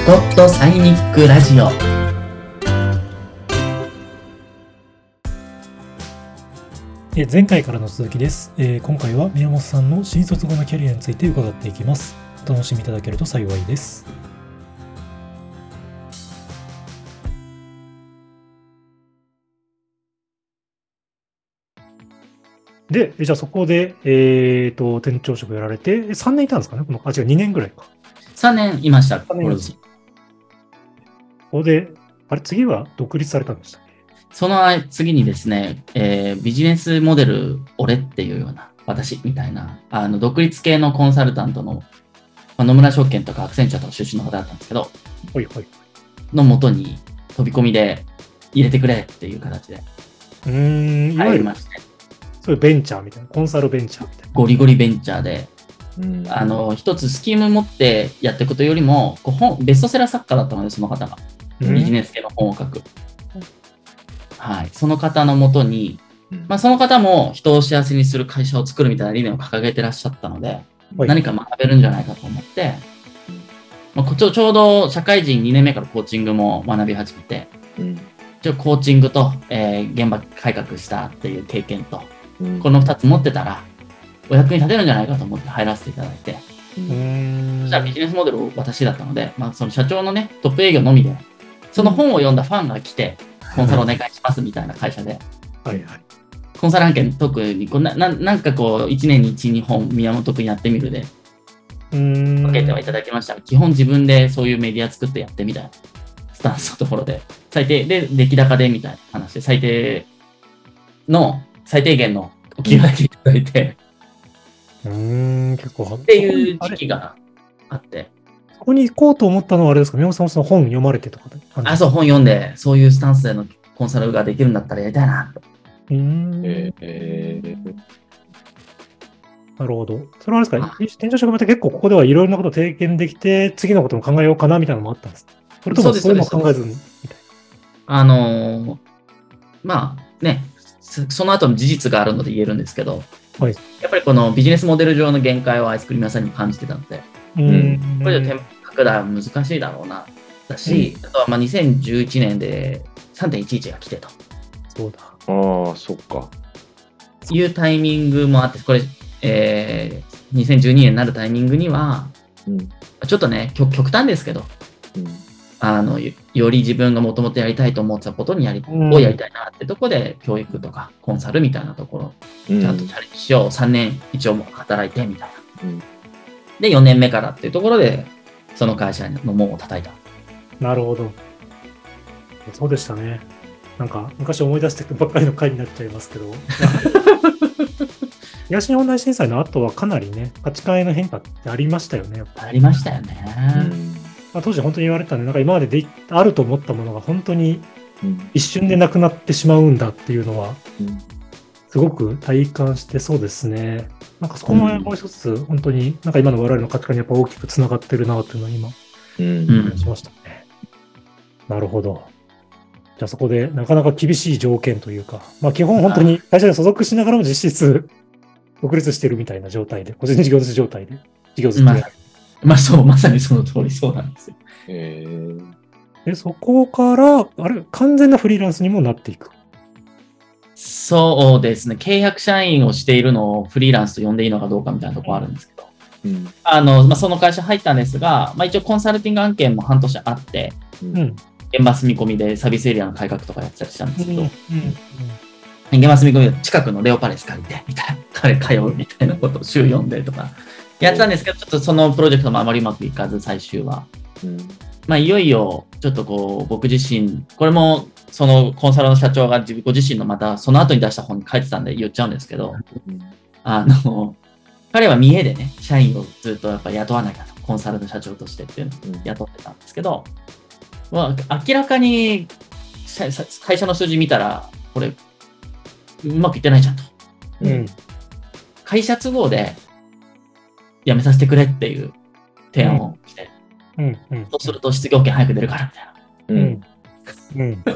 スコット・サイニック・ラジオ。 前回からの続きです。今回は宮本さんの新卒後のキャリアについて伺っていきます。お楽しみいただけると幸いです。で、じゃあそこで、店長職やられて、3年いたんですかね、違う、2年ぐらいか。 3年いました。 3年いました。ここで、次は独立されたんでしたっけ？ その次にですね、ビジネスモデル俺っていうような、私みたいな、独立系のコンサルタントの、野村証券とかアクセンチャーとか出身の方だったんですけど、の元に飛び込みで入れてくれっていう形で入りまして。 そういうベンチャーみたいな、コンサルベンチャーみたいな。 ゴリゴリベンチャーで、一つスキーム持ってやっていくことよりも、ベストセラー作家だったので、その方が。ビジネス系の本を書く。はい。その方のもとに、その方も人を幸せにする会社を作るみたいな理念を掲げてらっしゃったので、何か学べるんじゃないかと思って、ちょうど社会人2年目からコーチングも学び始めて、コーチングと、現場改革したっていう経験と、この2つ持ってたら、お役に立てるんじゃないかと思って入らせていただいて、そしたらビジネスモデルを私だったので、その社長のね、トップ営業のみで、その本を読んだファンが来て、コンサルお願いしますみたいな会社で、コンサル案件特になんか1年に1、2本宮本くんやってみるで、分けてはいただきましたが、基本自分でそういうメディア作ってやってみたいなスタンスのところで、最低で出来高でみたいな話で、最低限のお給料だけいただいて、 結構っていう時期があって。 ここに行こうと思ったのはあれですか？宮本さんもその本読まれてとかで。 そう、本読んで、そういうスタンスでのコンサルができるんだったらやりたいなと。 なるほど。それはあれですか？店長職また結構ここではいろいろなことを経験できて、次のことも考えようかなみたいなのもあったんですか？それともそういうの考えずにみたいな。その後の事実があるので言えるんですけど、 やっぱりこのビジネスモデル上の限界をアイスクリーム屋さんに感じてたので、これで店舗拡大は難しいだろうな、だし、あとは2011年で 3.11 が来てと。 そうだ。 そっか。 いうタイミングもあって、これ、2012年になるタイミングには、ちょっとね、極端ですけど、より自分がもともとやりたいと思ってたことをやりたいなってとこで、教育とかコンサルみたいなところ、ちゃんとチャレンジしよう、3年一応働いてみたいな。で、4年目からっていうところで、その会社の門を叩いた。 なるほど。そうでしたね。なんか、昔思い出してばっかりの回になっちゃいますけど、東日本大震災の後はかなりね、価値観への変化ってありましたよね。 ありましたよね。 当時本当に言われたんで、なんか今まであると思ったものが本当に一瞬でなくなってしまうんだっていうのは、すごく体感してそうですね。なんかそこももう一つ、本当になんか今の我々の価値観にやっぱ大きくつながってるなっていうのは今、感じましたね。なるほど。じゃあそこでなかなか厳しい条件というか、基本本当に会社に所属しながらも実質独立してるみたいな状態で、個人事業主状態で事業ずっとやる。 まさにその通りそうなんですよ。 で、そこから、完全なフリーランスにもなっていく。 そうですね。契約社員をしているのをフリーランスと呼んでいいのかどうかみたいなところあるんですけど、その会社入ったんですが、一応コンサルティング案件も半年あって、現場住み込みでサービスエリアの改革とかやってたりしたんですけど、現場住み込みで近くのレオパレス借りて、みたいな、通うみたいなことを週4でとかやってたんですけど、ちょっとそのプロジェクトもあまりうまくいかず、最終は。いよいよ、ちょっと僕自身、これも、そのコンサルの社長がご自身のまた、その後に出した本に書いてたんで言っちゃうんですけど、彼は見栄でね、社員をずっとやっぱ雇わなきゃと、コンサルの社長としてっていうのを雇ってたんですけど、明らかに会社の数字見たら、これ、うまくいってないじゃんと。会社都合で辞めさせてくれっていう提案をして、そうすると失業権早く出るからみたい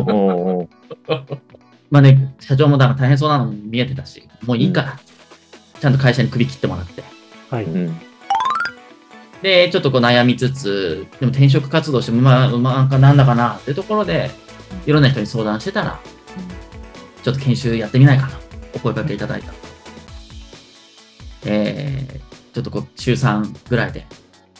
な。社長もだから大変そうなのも見えてたし、もういいから、ちゃんと会社に首切ってもらって。 で、ちょっとこう悩みつつ、でも転職活動してもなんかなんだかなっていうところで、いろんな人に相談してたら、ちょっと研修やってみないかとお声掛けいただいた。ちょっとこう週3ぐらいで、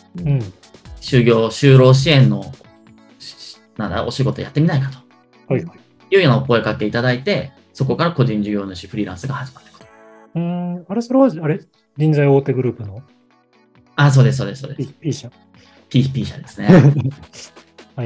就労支援のお仕事やってみないかと、いうようなお声掛けいただいて、そこから個人事業主フリーランスが始まってくる。 それは、人材大手グループのそうです。 P 社。 P 社ですね。 はい。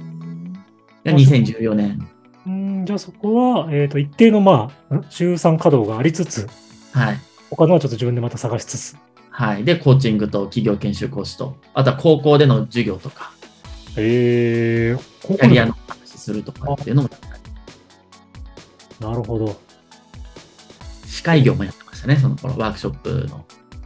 2014年。 じゃあそこは、一定の週3稼働がありつつ、 はい。 他のはちょっと自分でまた探しつつ。 はい。で、コーチングと企業研修講師と、あとは高校での授業とか、キャリアの話するとかっていうのもやったり。 なるほど。 司会業もやってましたね、その頃、ワークショップの。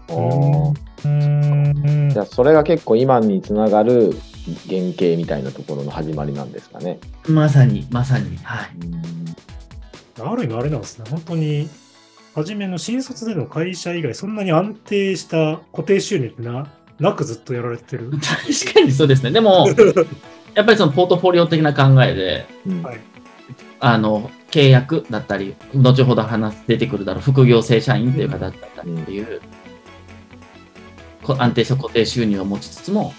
じゃあ、それが結構今につながる原型みたいなところの始まりなんですかね。 まさに、はい。 ある意味あれなんですね。本当に、初めの新卒での会社以外、そんなに安定した固定収入ってなくずっとやられてる。 確かにそうですね。でも、やっぱりそのポートフォリオ的な考えで、契約だったり、後ほど出てくるだろう、副業正社員っていう形だったりっていう、安定した固定収入を持ちつつも、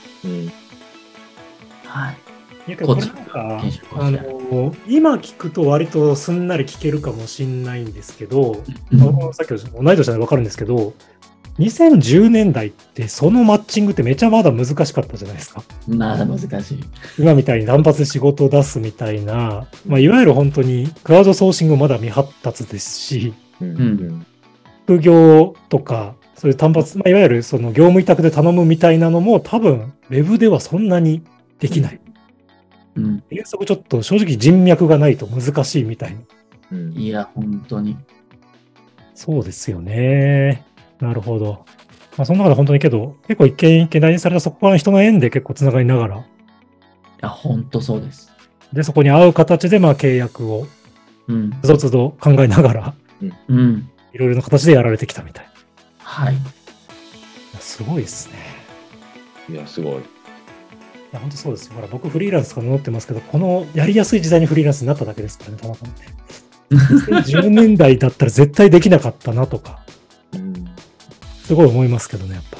はい。 これなんか今聞くと割とすんなり聞けるかもしれないんですけど、さっき同い年で分かるんですけど、2010年代ってそのマッチングってめちゃまだ難しかったじゃないですか。 まだ難しい。 今みたいに単発で仕事を出すみたいな、いわゆる本当にクラウドソーシングもまだ未発達ですし、副業とか、そういう単発、いわゆるその業務委託で頼むみたいなのも多分ウェブではそんなにできない。そこちょっと正直人脈がないと難しいみたいな。 いや、本当に。 そうですよね。なるほど。その中で本当にけど、結構一見一見大事にされたそこから人の縁で結構つながりながら。いや、本当そうです。 で、そこに合う形で契約を、つどつど考えながら、いろいろな形でやられてきたみたい。 はい。 すごいですね。 いや、すごい。 本当そうですよ。ほら、僕フリーランスとか名乗ってますけど、このやりやすい時代にフリーランスになっただけですからね、たまたま。10年代だったら絶対できなかったなとか、すごい思いますけどね、やっぱ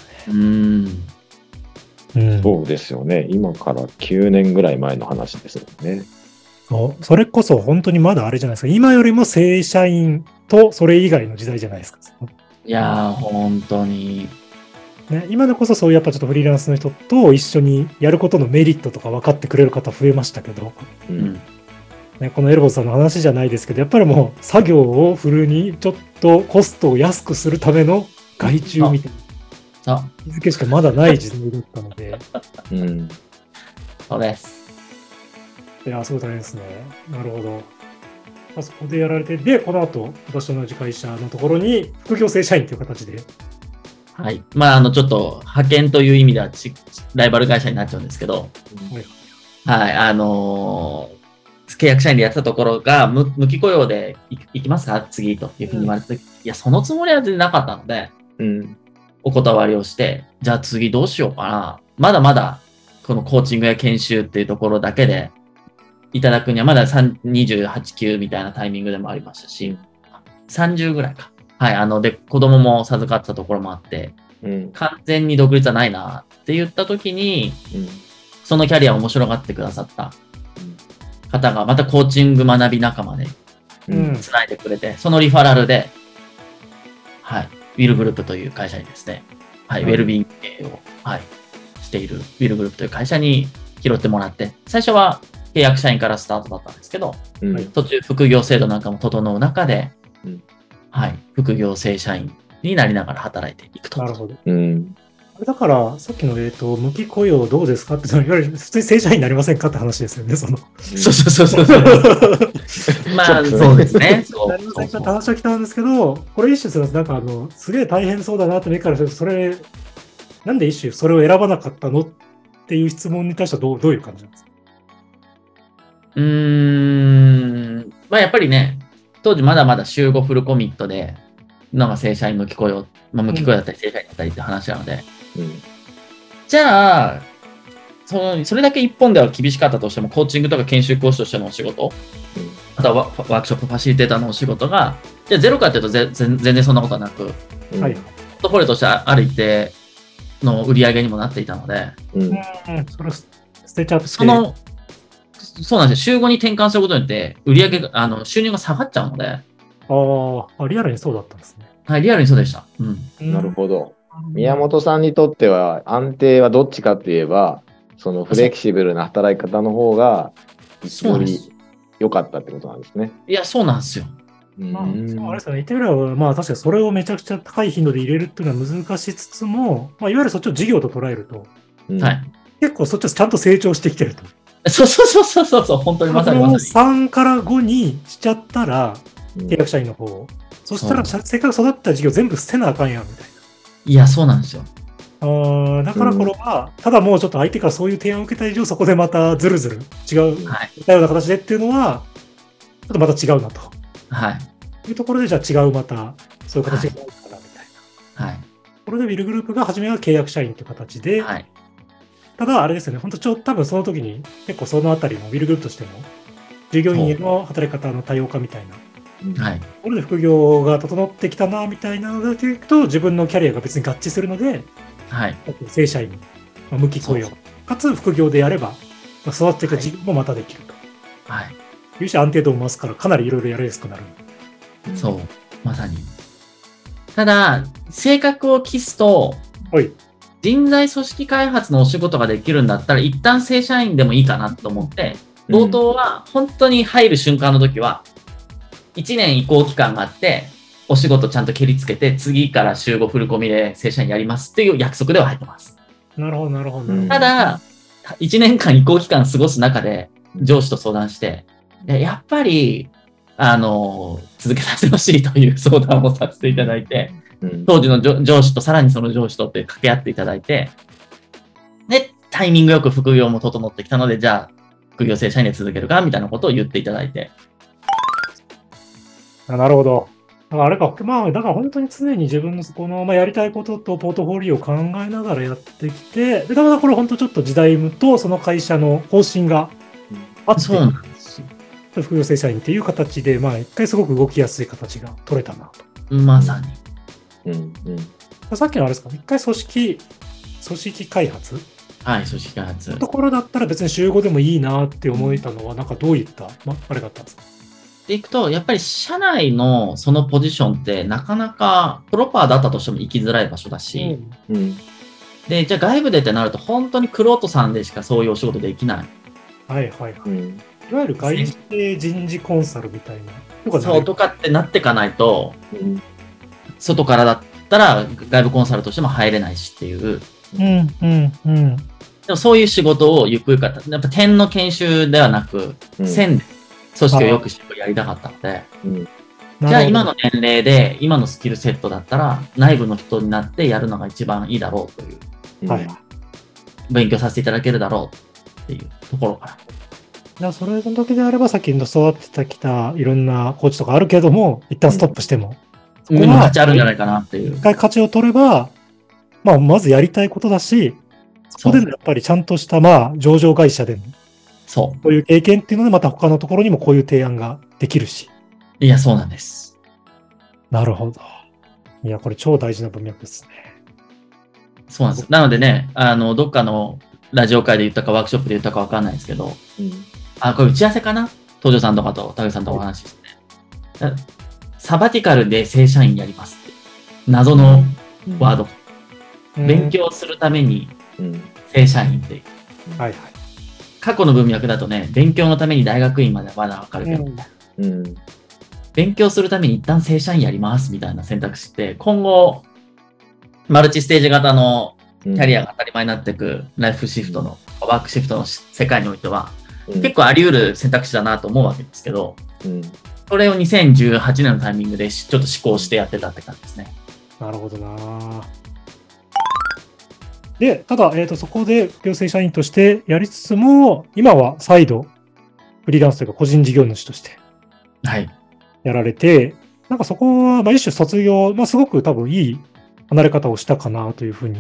ね。そうですよね。今から9年ぐらい前の話ですよね。 それこそ本当にまだあれじゃないですか。今よりも正社員とそれ以外の時代じゃないですか。 いやー、本当に。 今でこそそういうやっぱちょっとフリーランスの人と一緒にやることのメリットとか分かってくれる方増えましたけど、このエルボスさんの話じゃないですけど、やっぱりもう作業をフルにちょっとコストを安くするための外注みたいな日付しかまだない時代だったので。 そうです。 いや、すごい大変ですね。なるほど。そこでやられて、で、この後、私と同じ会社のところに副業正社員という形で。 はい。ちょっと派遣という意味ではライバル会社になっちゃうんですけど、契約社員でやってたところが無期雇用で行きますか次というふうに言われたとき、いや、そのつもりは全然なかったので、お断りをして、じゃあ次どうしようかな。まだまだ、このコーチングや研修っていうところだけでいただくにはまだ28、9みたいなタイミングでもありましたし、30ぐらいか。はい。で、子供も授かったところもあって、完全に独立はないなって言ったときに、そのキャリアを面白がってくださった方が、またコーチング学び仲間で、つないでくれて、そのリファラルで、はい。ウィルグループという会社にですね、はい。ウェルビーイング経営を、はい。しているウィルグループという会社に拾ってもらって、最初は契約社員からスタートだったんですけど、途中副業制度なんかも整う中で、はい、副業正社員になりながら働いていくと。 なるほど。だから、さっきの、無期雇用どうですかって、いわゆる普通に正社員になりませんかって話ですよね、そう。 まあ、そうですね。 なりませんかって話は来たんですけど、これ一種すると、なんかすげえ大変そうだなって目からすると、それ、なんで一種それを選ばなかったのっていう質問に対してはどういう感じなんですか？やっぱりね、当時まだまだ週5フルコミットで、のが正社員無期雇用、無期雇用だったり正社員だったりって話なので、 じゃあ、それだけ一本では厳しかったとしても、コーチングとか研修講師としてのお仕事、あとはワークショップファシリテーターのお仕事が、じゃあゼロかというと全然そんなことはなく、 はい。 ポートフォリオとしてある一定の売り上げにもなっていたので、 それ捨てちゃって。 そうなんですよ。週5に転換することによって、売り上げが、収入が下がっちゃうので。 リアルにそうだったんですね。 はい、リアルにそうでした。 なるほど。宮本さんにとっては安定はどっちかといえば、そのフレキシブルな働き方の方がより良かったってことなんですね。 いや、そうなんですよ。 あれですよね。言ってみれば、確かにそれをめちゃくちゃ高い頻度で入れるっていうのは難しつつも、いわゆるそっちを事業と捉えると、結構そっちはちゃんと成長してきてると。 そう、本当にまさにまさに。3から5にしちゃったら、契約社員の方を。そしたら、せっかく育った事業全部捨てなあかんやん、みたいな。 いや、そうなんですよ。 だからこれは、ただもうちょっと相手からそういう提案を受けた以上、そこでまたずるずる違う、似たような形でっていうのは、ちょっとまた違うなと。いうところで、じゃあ違うまた、そういう形が多いかな、みたいな。これでウィルグループが初めは契約社員という形で、ただあれですよね、本当多分その時に結構そのあたりのウィルグループとしても、従業員への働き方の多様化みたいな。これで副業が整ってきたな、みたいなのだけいくと、自分のキャリアが別に合致するので、正社員、無期雇用、かつ副業でやれば、育っていく事業もまたできると。いうし安定度も増すから、かなりいろいろやりやすくなる。 そう、まさに。ただ、性格を期すと、人材組織開発のお仕事ができるんだったら、一旦正社員でもいいかなと思って、冒頭は本当に入る瞬間の時は、1年移行期間があって、お仕事ちゃんと蹴りつけて、次から週5フルコミで正社員やりますっていう約束では入ってます。 なるほど。 ただ、1年間移行期間過ごす中で、上司と相談して、やっぱり、続けさせてほしいという相談をさせていただいて、当時の上司とさらにその上司とって掛け合っていただいて、で、タイミングよく副業も整ってきたので、じゃあ、副業正社員で続けるかみたいなことを言っていただいて。 なるほど。だからあれか、だから本当に常に自分のこの、やりたいこととポートフォリオを考えながらやってきて、で、だからこれ本当ちょっと時代とその会社の方針があって、 そうなんですよ。 副業正社員っていう形で、一回すごく動きやすい形が取れたなと。 まさに。 さっきのあれですか、一回組織開発組織開発。 ところだったら別に週5でもいいなって思えたのは、なんかどういった、あれだったんですか？ でいくと、やっぱり社内のそのポジションってなかなかプロパーだったとしても行きづらい場所だし、で、じゃあ外部でってなると本当に玄人さんでしかそういうお仕事できない。 いわゆる外資系人事コンサルみたいな。 そうとかってなっていかないと、外からだったら外部コンサルとしても入れないしっていう。でもそういう仕事をゆくゆくは、やっぱ点の研修ではなく、線で組織をよくやりたかったので、じゃあ今の年齢で、今のスキルセットだったら、内部の人になってやるのが一番いいだろうという。勉強させていただけるだろうっていうところから。 それの時であれば、さっきの育ってきたいろんなコーチとかあるけども、一旦ストップしても。 そこは価値あるんじゃないかなっていう。 一回価値を取れば、まずやりたいことだし、そこでやっぱりちゃんとした、上場会社での、こういう経験っていうので、また他のところにもこういう提案ができるし。 いや、そうなんです。 なるほど。いや、これ超大事な文脈ですね。 そうなんです。なのでね、どっかのラジオ会で言ったかワークショップで言ったかわかんないですけど、これ打ち合わせかな？東條さんとかと竹さんとお話しして、サバティカルで正社員やりますって。謎のワード。勉強するために正社員っていう。過去の文脈だとね、勉強のために大学院まではまだわかるけど、勉強するために一旦正社員やりますみたいな選択肢って、今後、マルチステージ型のキャリアが当たり前になっていくライフシフトの、ワークシフトの世界においては、結構あり得る選択肢だなと思うわけですけど、それを2018年のタイミングでちょっと試行してやってたって感じですね。 なるほどな。で、ただ、そこで副業正社員としてやりつつも、今は再度、フリーランスというか個人事業主としてやられて、なんかそこは、一種卒業、すごく多分いい離れ方をしたかなというふうに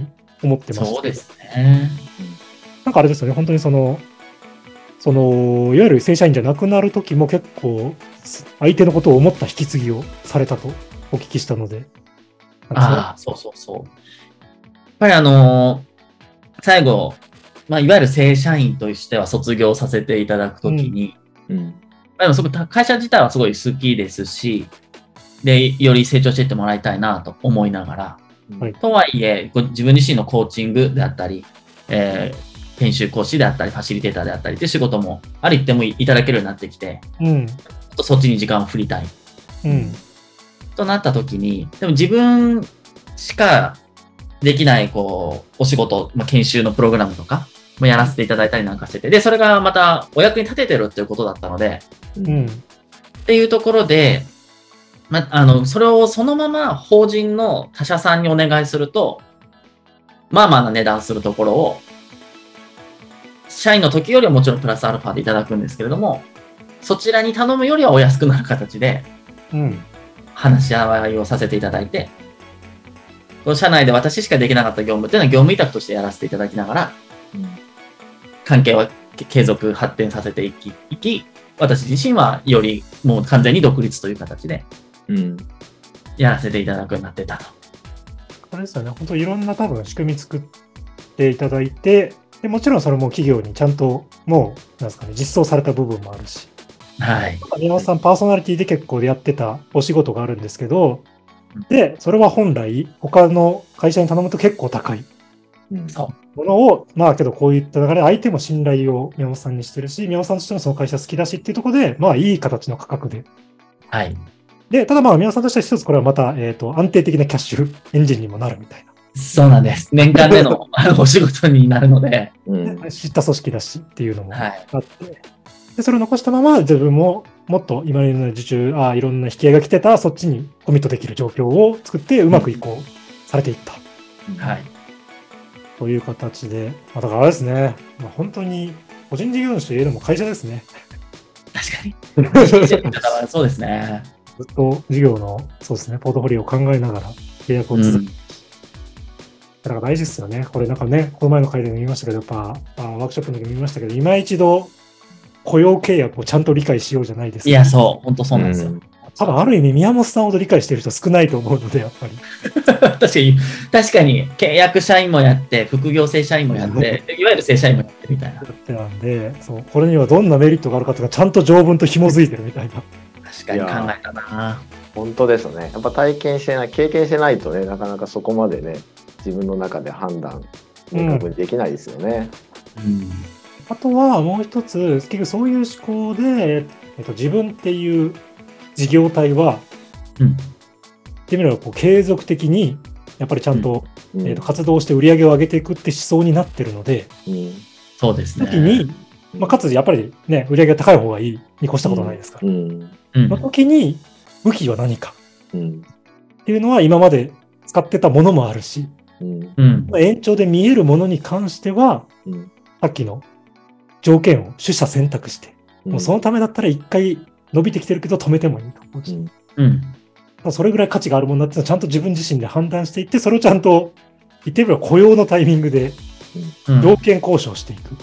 思ってました。 そうですね。 なんかあれですよね、本当にいわゆる正社員じゃなくなる時も結構、相手のことを思った引き継ぎをされたとお聞きしたので。 ああ、そうそうそう。やっぱり最後、いわゆる正社員としては卒業させていただくときに、会社自体はすごい好きですし、で、より成長していってもらいたいなと思いながら、とはいえ、自分自身のコーチングであったり、研修講師であったり、ファシリテーターであったりって仕事もある一定もいただけるようになってきて、ちょっとそっちに時間を振りたい。となったときに、でも自分しかできない、お仕事、研修のプログラムとかもやらせていただいたりなんかしてて、で、それがまたお役に立ててるっていうことだったので、っていうところで、それをそのまま法人の他社さんにお願いすると、まあまあな値段するところを、社員の時よりはもちろんプラスアルファでいただくんですけれども、そちらに頼むよりはお安くなる形で、話し合いをさせていただいて、社内で私しかできなかった業務っていうのは業務委託としてやらせていただきながら、関係は継続発展させていき、私自身はよりもう完全に独立という形で、やらせていただくようになってたと。 あれですよね、本当いろんな多分仕組み作っていただいて、でもちろんそれも企業にちゃんともう、なんですかね、実装された部分もあるし。 はい。 宮本さん、パーソナリティで結構やってたお仕事があるんですけど、で、それは本来、他の会社に頼むと結構高いものを、けどこういった流れで相手も信頼を宮本さんにしてるし、宮本さんとしてもその会社好きだしっていうところで、いい形の価格で。 はい。 で、ただ宮本さんとしては一つこれはまた、安定的なキャッシュエンジンにもなるみたいな。 そうなんです。年間でのお仕事になるので。 知った組織だしっていうのもあって、でそれを残したまま自分ももっと今までの受注、いろんな引き合いが来てた、そっちにコミットできる状況を作ってうまく移行されていった。 はい。 という形で、だからあれですね、本当に個人事業主といえども会社ですね。 確かに。そうですね。 ずっと事業の、そうですね、ポートフォリオを考えながら契約を続けて、だから大事ですよね。これなんかね、この前の回でも言いましたけど、やっぱワークショップの時も言いましたけど、今一度雇用契約をちゃんと理解しようじゃないですか。 いや、そう、本当そうなんですよ。 多分ある意味、宮本さんほど理解している人少ないと思うので、やっぱり。 確かに、契約社員もやって、副業正社員もやって、いわゆる正社員もやってみたいな。 なんで、そう、これにはどんなメリットがあるかとか、ちゃんと条文と紐づいてるみたいな。 確かに考えたな。 本当ですね。やっぱ体験してない、経験してないとね、なかなかそこまでね、自分の中で判断、明確にできないですよね。 あとはもう一つ、結局そういう思考で、自分っていう事業体は、言ってみれば継続的にやっぱりちゃんと、活動して売り上げを上げていくって思想になってるので、 そうですね。 時に、かつやっぱりね、売り上げが高い方がいいに越したことないですから。の時に武器は何かっていうのは今まで使ってたものもあるし、延長で見えるものに関しては、さっきの条件を取捨選択して、もうそのためだったら一回伸びてきてるけど止めてもいいと思うし、それぐらい価値があるものだってちゃんと自分自身で判断していって、それをちゃんと言ってみれば雇用のタイミングで条件交渉していく。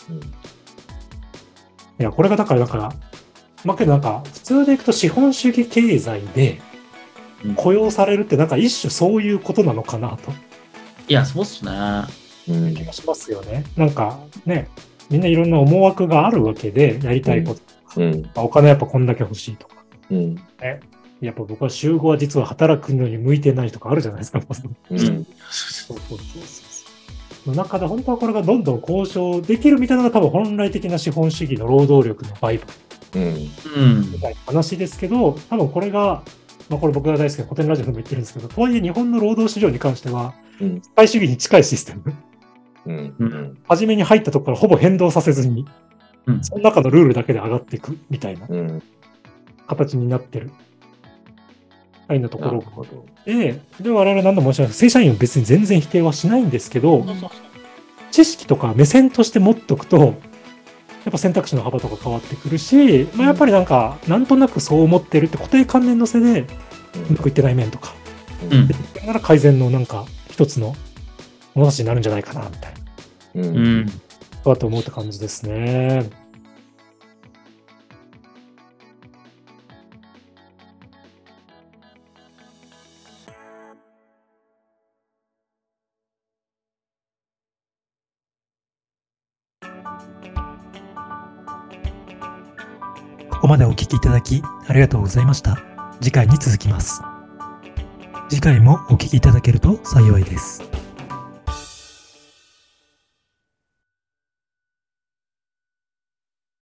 いや、これがだからけど普通でいくと資本主義経済で雇用されるって一種そういうことなのかなと。 いや、そうっすね。 気がしますよね。みんないろんな思惑があるわけで、やりたいこと。お金やっぱこんだけ欲しいとか。やっぱ僕は週5は実は働くのに向いてないとかあるじゃないですか。の中で本当はこれがどんどん交渉できるみたいなのが多分本来的な資本主義の労働力の売買みたいな話ですけど、多分これが、これ僕が大好きな古典ラジオでも言ってるんですけど、とはいえ日本の労働市場に関しては、社会主義に近いシステム。初めに入ったところからほぼ変動させずに、その中のルールだけで上がっていくみたいな形になってる。なところで、我々何度も申し上げ正社員は別に全然否定はしないんですけど、知識とか目線として持っておくと、やっぱ選択肢の幅とか変わってくるし、やっぱりなんとなくそう思ってるって固定観念のせで、うまくいってない面とか、改善の一つの物差しになるんじゃないかな、みたいな。 うん。 そうだと思うって感じですね。ここまでお聞きいただきありがとうございました。次回に続きます。次回もお聞きいただけると幸いです。